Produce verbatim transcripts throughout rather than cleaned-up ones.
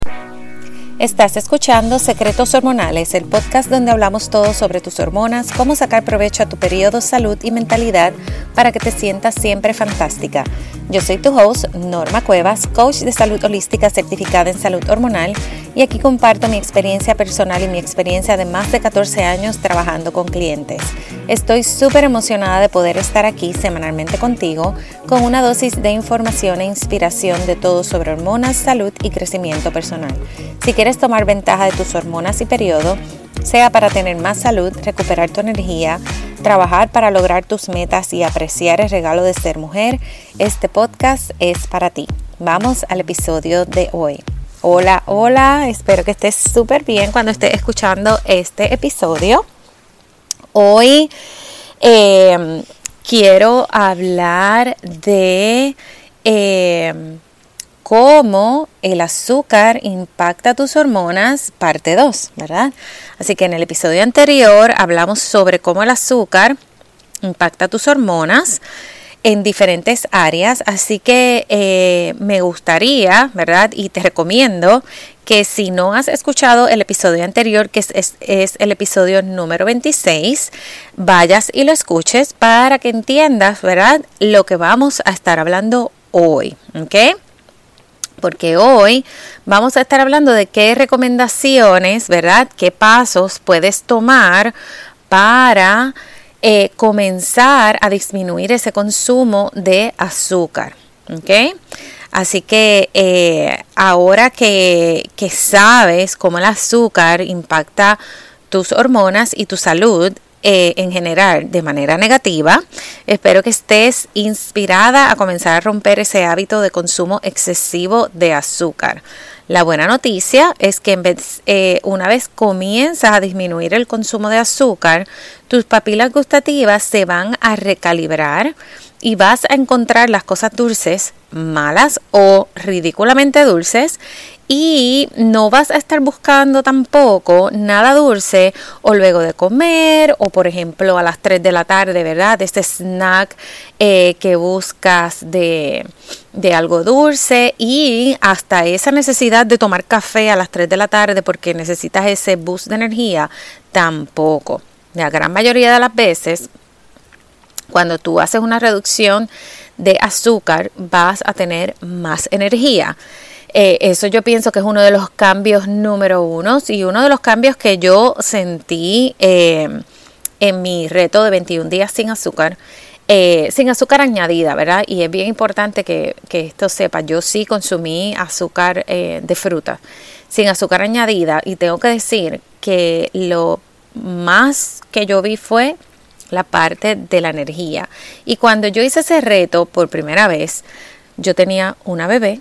Estás escuchando Secretos Hormonales, el podcast donde hablamos todo sobre tus hormonas, cómo sacar provecho a tu periodo, salud y mentalidad para que te sientas siempre fantástica. Yo soy tu host, Norma Cuevas, coach de salud holística certificada en salud hormonal, y aquí comparto mi experiencia personal y mi experiencia de más de catorce años trabajando con clientes. Estoy súper emocionada de poder estar aquí semanalmente contigo con una dosis de información e inspiración de todo sobre hormonas, salud y crecimiento personal. Si quieres tomar ventaja de tus hormonas y periodo, sea para tener más salud, recuperar tu energía, trabajar para lograr tus metas y apreciar el regalo de ser mujer, este podcast es para ti. Vamos al episodio de hoy. Hola, hola, espero que estés súper bien cuando estés escuchando este episodio. Hoy eh, quiero hablar de eh, cómo el azúcar impacta tus hormonas, parte dos, ¿verdad? Así que en el episodio anterior hablamos sobre cómo el azúcar impacta tus hormonas en diferentes áreas, así que eh, me gustaría, ¿verdad? Y te recomiendo que si no has escuchado el episodio anterior, que es, es, es el episodio número veintiséis, vayas y lo escuches para que entiendas, ¿verdad? Lo que vamos a estar hablando hoy, ¿ok? Porque hoy vamos a estar hablando de qué recomendaciones, ¿verdad? ¿Qué pasos puedes tomar para Eh, comenzar a disminuir ese consumo de azúcar, ¿ok? Así que eh, ahora que, que sabes cómo el azúcar impacta tus hormonas y tu salud eh, en general de manera negativa, espero que estés inspirada a comenzar a romper ese hábito de consumo excesivo de azúcar. La buena noticia es que en vez, eh, una vez comienzas a disminuir el consumo de azúcar, tus papilas gustativas se van a recalibrar y vas a encontrar las cosas dulces malas o ridículamente dulces, y no vas a estar buscando tampoco nada dulce o luego de comer o por ejemplo a las tres de la tarde, ¿verdad? Este snack eh, que buscas de, de algo dulce, y hasta esa necesidad de tomar café a las tres de la tarde porque necesitas ese boost de energía, tampoco. La gran mayoría de las veces, cuando tú haces una reducción de azúcar, vas a tener más energía. Eh, eso yo pienso que es uno de los cambios número uno y uno de los cambios que yo sentí eh, en mi reto de veintiún días sin azúcar, eh, sin azúcar añadida, ¿verdad? Y es bien importante que, que esto sepa, yo sí consumí azúcar eh, de fruta, sin azúcar añadida, y tengo que decir que lo más que yo vi fue la parte de la energía. Y cuando yo hice ese reto por primera vez, yo tenía una bebé,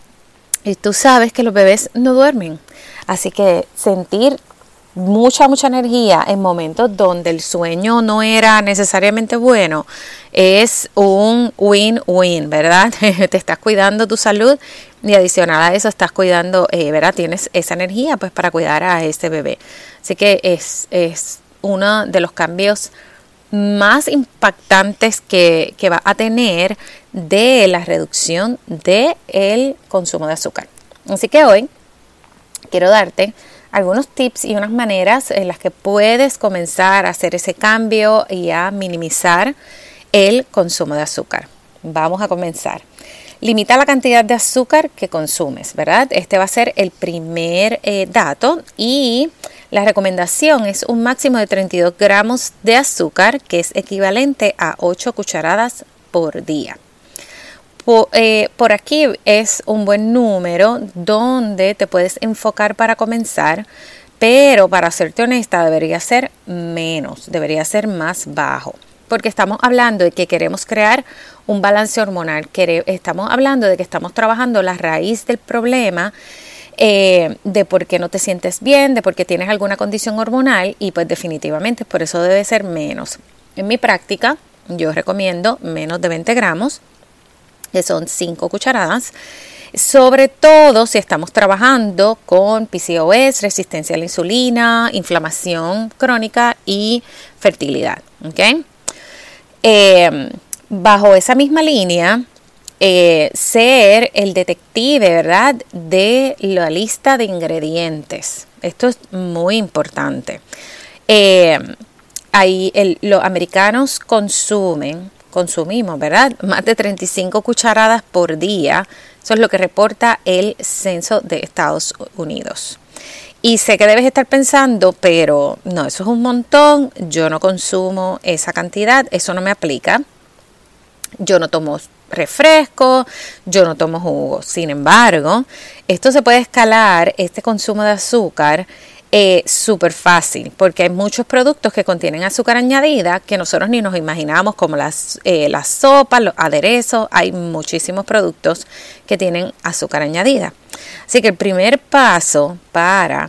y tú sabes que los bebés no duermen, así que sentir mucha, mucha energía en momentos donde el sueño no era necesariamente bueno es un win-win, ¿verdad? Te estás cuidando tu salud y adicional a eso estás cuidando, eh, ¿verdad? Tienes esa energía pues para cuidar a ese bebé. Así que es, es uno de los cambios más impactantes que, que va a tener de la reducción del consumo de azúcar. Así que hoy quiero darte algunos tips y unas maneras en las que puedes comenzar a hacer ese cambio y a minimizar el consumo de azúcar. Vamos a comenzar. Limita la cantidad de azúcar que consumes, ¿verdad? Este va a ser el primer eh, dato, y la recomendación es un máximo de treinta y dos gramos de azúcar, que es equivalente a ocho cucharadas por día. Por, eh, por aquí es un buen número donde te puedes enfocar para comenzar, pero para serte honesta debería ser menos, debería ser más bajo. Porque estamos hablando de que queremos crear un balance hormonal, que estamos hablando de que estamos trabajando la raíz del problema, eh, de por qué no te sientes bien, de por qué tienes alguna condición hormonal, y pues definitivamente por eso debe ser menos. En mi práctica yo recomiendo menos de veinte gramos, que son cinco cucharadas, sobre todo si estamos trabajando con P C O S, resistencia a la insulina, inflamación crónica y fertilidad, ¿ok? Eh, bajo esa misma línea, eh, ser el detective, ¿verdad?, de la lista de ingredientes. Esto es muy importante. Eh, ahí el, los americanos consumen, consumimos, ¿verdad?, más de treinta y cinco cucharadas por día. Eso es lo que reporta el censo de Estados Unidos. Y sé que debes estar pensando, pero no, eso es un montón, yo no consumo esa cantidad, eso no me aplica. Yo no tomo refresco, yo no tomo jugo. Sin embargo, esto se puede escalar, este consumo de azúcar, eh, súper fácil, porque hay muchos productos que contienen azúcar añadida que nosotros ni nos imaginamos, como las, eh, las sopas, los aderezos. Hay muchísimos productos que tienen azúcar añadida. Así que el primer paso para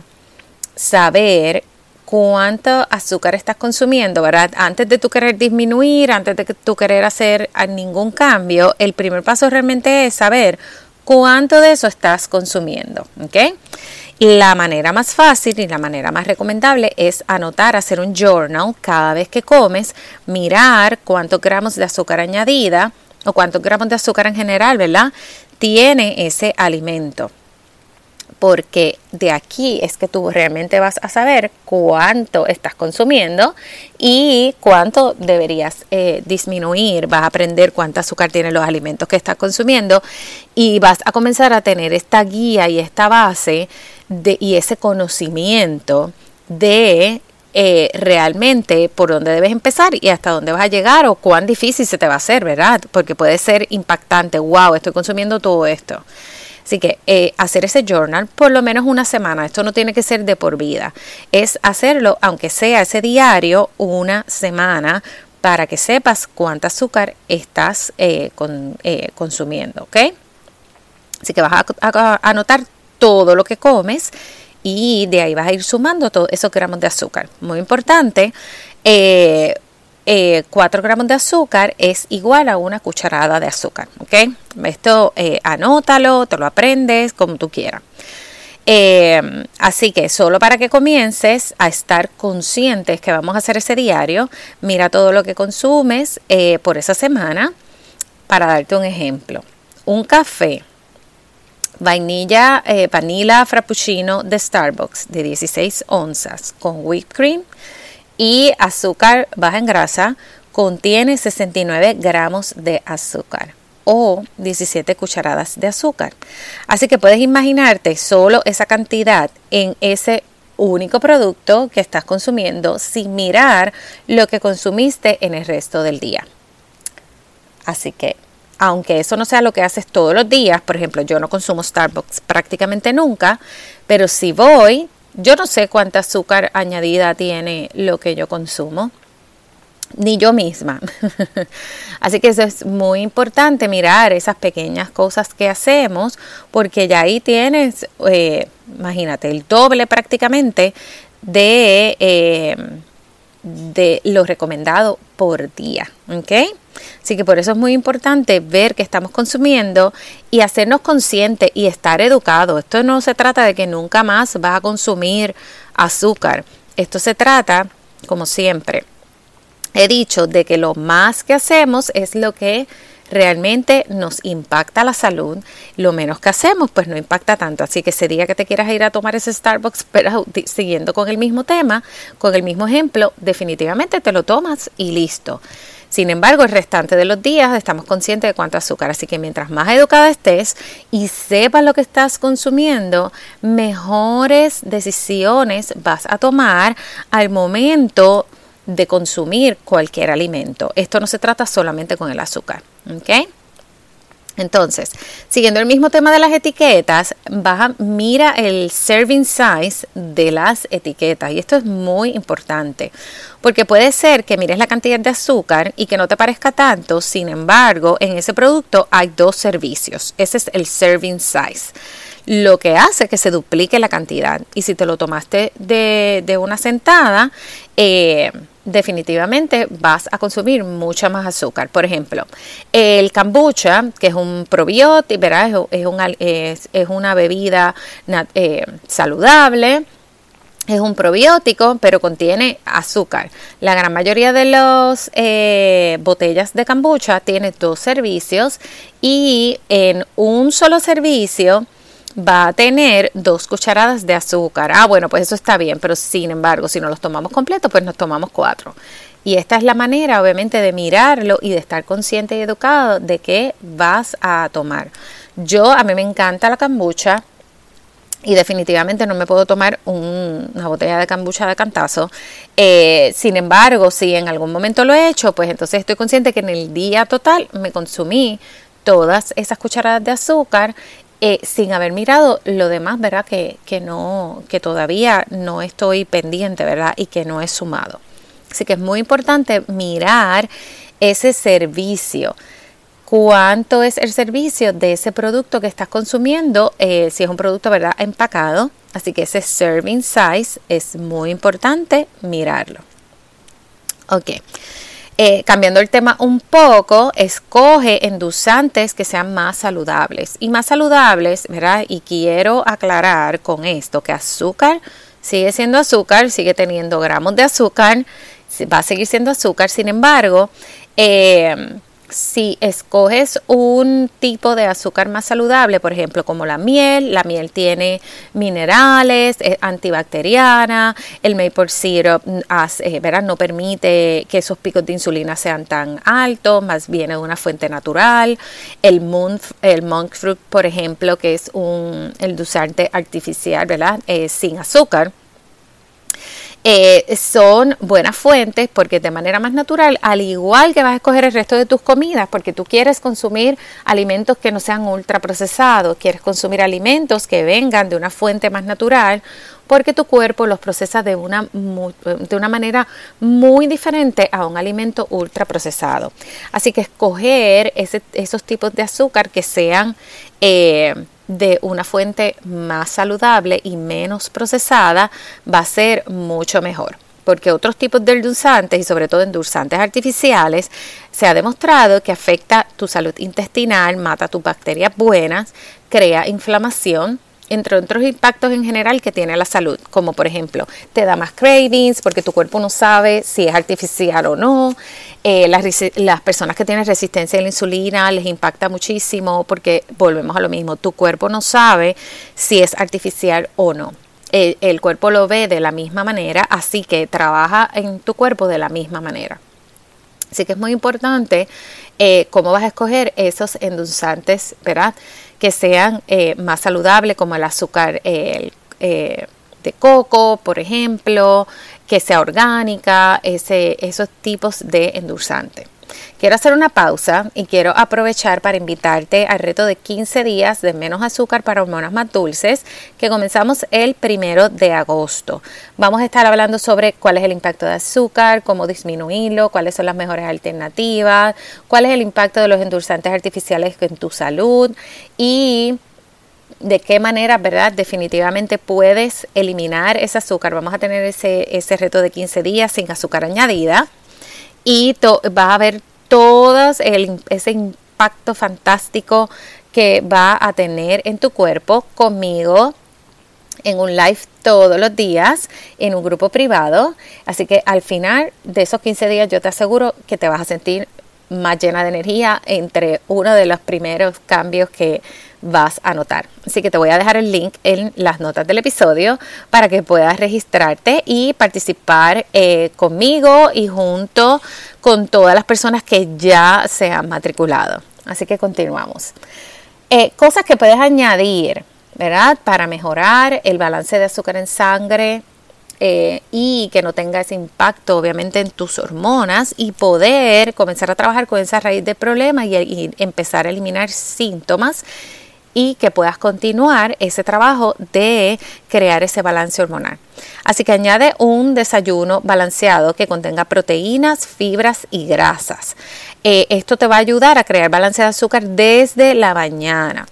saber cuánto azúcar estás consumiendo, ¿verdad?, antes de tú querer disminuir, antes de que tú querer hacer ningún cambio, el primer paso realmente es saber cuánto de eso estás consumiendo, ¿ok? La manera más fácil y la manera más recomendable es anotar, hacer un journal cada vez que comes, mirar cuántos gramos de azúcar añadida o cuántos gramos de azúcar en general, ¿verdad?, tiene ese alimento. Porque de aquí es que tú realmente vas a saber cuánto estás consumiendo y cuánto deberías eh, disminuir. Vas a aprender cuánto azúcar tienen los alimentos que estás consumiendo y vas a comenzar a tener esta guía y esta base de, y ese conocimiento de eh, realmente por dónde debes empezar y hasta dónde vas a llegar o cuán difícil se te va a hacer, ¿verdad? Porque puede ser impactante. Wow, estoy consumiendo todo esto. Así que eh, hacer ese journal por lo menos una semana. Esto no tiene que ser de por vida. Es hacerlo, aunque sea ese diario, una semana para que sepas cuánta azúcar estás eh, con, eh, consumiendo, ¿ok? Así que vas a, a, a anotar todo lo que comes y de ahí vas a ir sumando todos esos gramos de azúcar. Muy importante. Eh, Eh, cuatro gramos de azúcar es igual a una cucharada de azúcar, ¿ok? Esto eh, anótalo, te lo aprendes como tú quieras. Eh, así que solo para que comiences a estar conscientes que vamos a hacer ese diario, mira todo lo que consumes eh, por esa semana. Para darte un ejemplo, un café vainilla, eh, vanilla frappuccino de Starbucks de dieciséis onzas con whipped cream y azúcar baja en grasa contiene sesenta y nueve gramos de azúcar o diecisiete cucharadas de azúcar. Así que puedes imaginarte solo esa cantidad en ese único producto que estás consumiendo sin mirar lo que consumiste en el resto del día. Así que aunque eso no sea lo que haces todos los días, por ejemplo, yo no consumo Starbucks prácticamente nunca, pero si voy, yo no sé cuánta azúcar añadida tiene lo que yo consumo, ni yo misma. Así que eso es muy importante, mirar esas pequeñas cosas que hacemos, porque ya ahí tienes, eh, imagínate, el doble prácticamente de, eh, de lo recomendado por día, ¿ok? Así que por eso es muy importante ver qué estamos consumiendo y hacernos conscientes y estar educados. Esto no se trata de que nunca más vas a consumir azúcar. Esto se trata, como siempre he dicho, de que lo más que hacemos es lo que realmente nos impacta la salud. Lo menos que hacemos pues no impacta tanto. Así que ese día que te quieras ir a tomar ese Starbucks, pero siguiendo con el mismo tema, con el mismo ejemplo, definitivamente te lo tomas y listo. Sin embargo, el restante de los días estamos conscientes de cuánto azúcar. Así que mientras más educada estés y sepas lo que estás consumiendo, mejores decisiones vas a tomar al momento de consumir cualquier alimento. Esto no se trata solamente con el azúcar, ¿ok? Entonces, siguiendo el mismo tema de las etiquetas, baja, mira el serving size de las etiquetas. Y esto es muy importante, porque puede ser que mires la cantidad de azúcar y que no te parezca tanto. Sin embargo, en ese producto hay dos servicios. Ese es el serving size, lo que hace que se duplique la cantidad. Y si te lo tomaste de, de una sentada, eh, definitivamente vas a consumir mucha más azúcar. Por ejemplo, el kombucha, que es un probiótico, ¿verdad? Es, es, un, es, es una bebida eh, saludable, Es un probiótico, pero contiene azúcar. La gran mayoría de las eh, botellas de kombucha tiene dos servicios y en un solo servicio va a tener dos cucharadas de azúcar. Ah, bueno, pues eso está bien, pero sin embargo, si no los tomamos completos, pues nos tomamos cuatro. Y esta es la manera, obviamente, de mirarlo y de estar consciente y educado de qué vas a tomar. Yo, a mí me encanta la kombucha. Y definitivamente no me puedo tomar un, una botella de kombucha de cantazo. Eh, sin embargo, si en algún momento lo he hecho, pues entonces estoy consciente que en el día total me consumí todas esas cucharadas de azúcar eh, sin haber mirado lo demás, ¿verdad? Que, que, no, que todavía no estoy pendiente, ¿verdad? Y que no he sumado. Así que es muy importante mirar ese servicio. ¿Cuánto es el servicio de ese producto que estás consumiendo? Eh, si es un producto, ¿verdad?, empacado. Así que ese serving size es muy importante mirarlo. Ok. Eh, cambiando el tema un poco, escoge endulzantes que sean más saludables. Y más saludables, ¿verdad? Y quiero aclarar con esto que azúcar sigue siendo azúcar, sigue teniendo gramos de azúcar, va a seguir siendo azúcar. Sin embargo, eh, si escoges un tipo de azúcar más saludable, por ejemplo, como la miel, la miel tiene minerales, es antibacteriana, el maple syrup eh, ¿verdad? No permite que esos picos de insulina sean tan altos, más viene de una fuente natural. El monk, el monk fruit, por ejemplo, que es un endulzante artificial, ¿verdad? Eh, sin azúcar. Eh, son buenas fuentes porque de manera más natural, al igual que vas a escoger el resto de tus comidas, porque tú quieres consumir alimentos que no sean ultraprocesados, quieres consumir alimentos que vengan de una fuente más natural, porque tu cuerpo los procesa de una, de una manera muy diferente a un alimento ultraprocesado. Así que escoger ese, esos tipos de azúcar que sean eh, de una fuente más saludable y menos procesada va a ser mucho mejor, porque otros tipos de endulzantes y sobre todo endulzantes artificiales se ha demostrado que afecta tu salud intestinal, mata tus bacterias buenas, crea inflamación, entre otros impactos en general que tiene la salud, como por ejemplo te da más cravings porque tu cuerpo no sabe si es artificial o no. Eh, las, las personas que tienen resistencia a la insulina les impacta muchísimo porque volvemos a lo mismo, tu cuerpo no sabe si es artificial o no. El, el cuerpo lo ve de la misma manera, así que trabaja en tu cuerpo de la misma manera. Así que es muy importante eh, cómo vas a escoger esos endulzantes, ¿verdad?, que sean eh, más saludables, como el azúcar eh, eh, de coco, por ejemplo, que sea orgánica, ese, esos tipos de endulzantes. Quiero hacer una pausa y quiero aprovechar para invitarte al reto de quince días de menos azúcar para hormonas más dulces que comenzamos el primero de agosto. Vamos a estar hablando sobre cuál es el impacto de azúcar, cómo disminuirlo, cuáles son las mejores alternativas, cuál es el impacto de los endulzantes artificiales en tu salud y de qué manera, ¿verdad?, definitivamente puedes eliminar ese azúcar. Vamos a tener ese, ese reto de quince días sin azúcar añadida. Y to, vas a ver todo el, ese impacto fantástico que va a tener en tu cuerpo conmigo en un live todos los días en un grupo privado. Así que al final de esos quince días yo te aseguro que te vas a sentir más llena de energía, entre uno de los primeros cambios que vas a notar. Así que te voy a dejar el link en las notas del episodio para que puedas registrarte y participar eh, conmigo y junto con todas las personas que ya se han matriculado. Así que continuamos. Eh, cosas que puedes añadir, ¿verdad?, para mejorar el balance de azúcar en sangre eh, y que no tenga ese impacto obviamente en tus hormonas y poder comenzar a trabajar con esa raíz de problema y, y empezar a eliminar síntomas y que puedas continuar ese trabajo de crear ese balance hormonal. Así que añade un desayuno balanceado que contenga proteínas, fibras y grasas. Eh, esto te va a ayudar a crear balance de azúcar desde la mañana.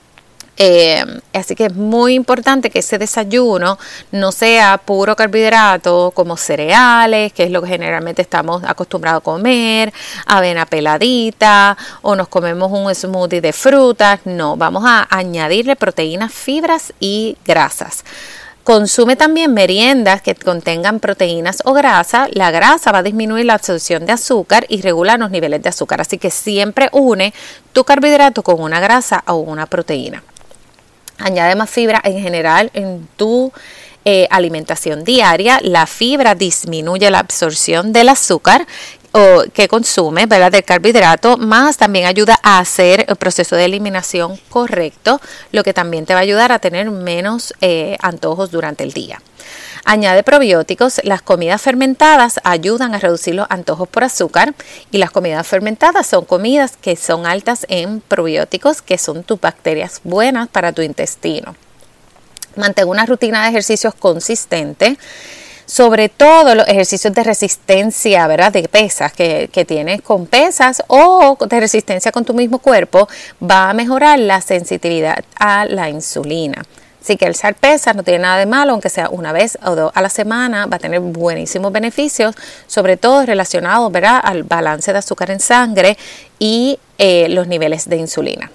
Eh, así que es muy importante que ese desayuno no sea puro carbohidrato como cereales, que es lo que generalmente estamos acostumbrados a comer, avena peladita o nos comemos un smoothie de frutas. No, vamos a añadirle proteínas, fibras y grasas. Consume también meriendas que contengan proteínas o grasa. La grasa va a disminuir la absorción de azúcar y regula los niveles de azúcar. Así que siempre une tu carbohidrato con una grasa o una proteína. Añade más fibra en general en tu eh, alimentación diaria. La fibra disminuye la absorción del azúcar o que consume, ¿verdad?, del carbohidrato, más también ayuda a hacer el proceso de eliminación correcto, lo que también te va a ayudar a tener menos eh, antojos durante el día. Añade probióticos. Las comidas fermentadas ayudan a reducir los antojos por azúcar, y las comidas fermentadas son comidas que son altas en probióticos, que son tus bacterias buenas para tu intestino. Mantén una rutina de ejercicios consistente. Sobre todo los ejercicios de resistencia, ¿verdad?, de pesas que, que tienes con pesas o de resistencia con tu mismo cuerpo, va a mejorar la sensitividad a la insulina. Así que alzar pesas no tiene nada de malo, aunque sea una vez o dos a la semana, va a tener buenísimos beneficios, sobre todo relacionados, ¿verdad?, al balance de azúcar en sangre y eh, los niveles de insulina.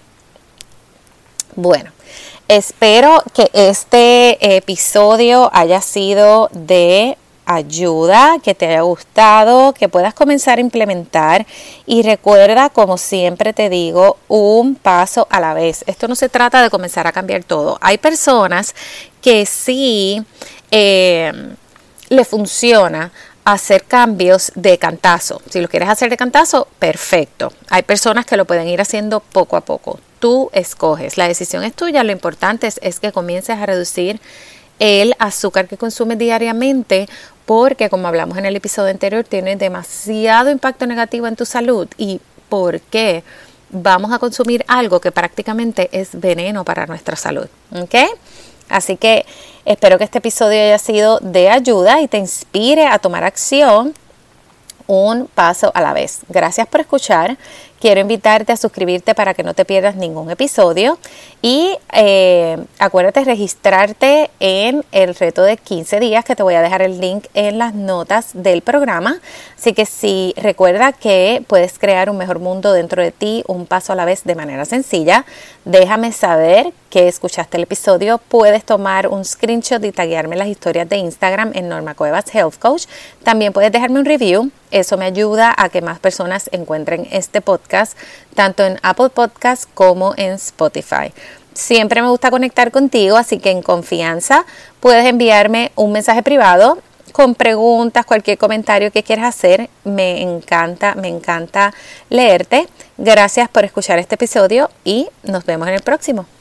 Bueno. Espero que este episodio haya sido de ayuda, que te haya gustado, que puedas comenzar a implementar, y recuerda, como siempre te digo, un paso a la vez. Esto no se trata de comenzar a cambiar todo. Hay personas que sí eh, le funciona hacer cambios de cantazo. Si lo quieres hacer de cantazo, perfecto. Hay personas que lo pueden ir haciendo poco a poco. Tú escoges, la decisión es tuya. Lo importante es, es que comiences a reducir el azúcar que consumes diariamente, porque, como hablamos en el episodio anterior, tiene demasiado impacto negativo en tu salud. ¿Y por qué? Vamos a consumir algo que prácticamente es veneno para nuestra salud, ¿ok? Así que espero que este episodio haya sido de ayuda y te inspire a tomar acción un paso a la vez. Gracias por escuchar. Quiero invitarte a suscribirte para que no te pierdas ningún episodio. Y eh, acuérdate de registrarte en el reto de quince días, que te voy a dejar el link en las notas del programa. Así que si recuerda que puedes crear un mejor mundo dentro de ti, un paso a la vez, de manera sencilla. Déjame saber que escuchaste el episodio. Puedes tomar un screenshot y taguearme en las historias de Instagram en Norma Cuevas Health Coach. También puedes dejarme un review. Eso me ayuda a que más personas encuentren este podcast, tanto en Apple Podcasts como en Spotify. Siempre me gusta conectar contigo, así que en confianza puedes enviarme un mensaje privado con preguntas, cualquier comentario que quieras hacer. Me encanta, me encanta leerte. Gracias por escuchar este episodio y nos vemos en el próximo.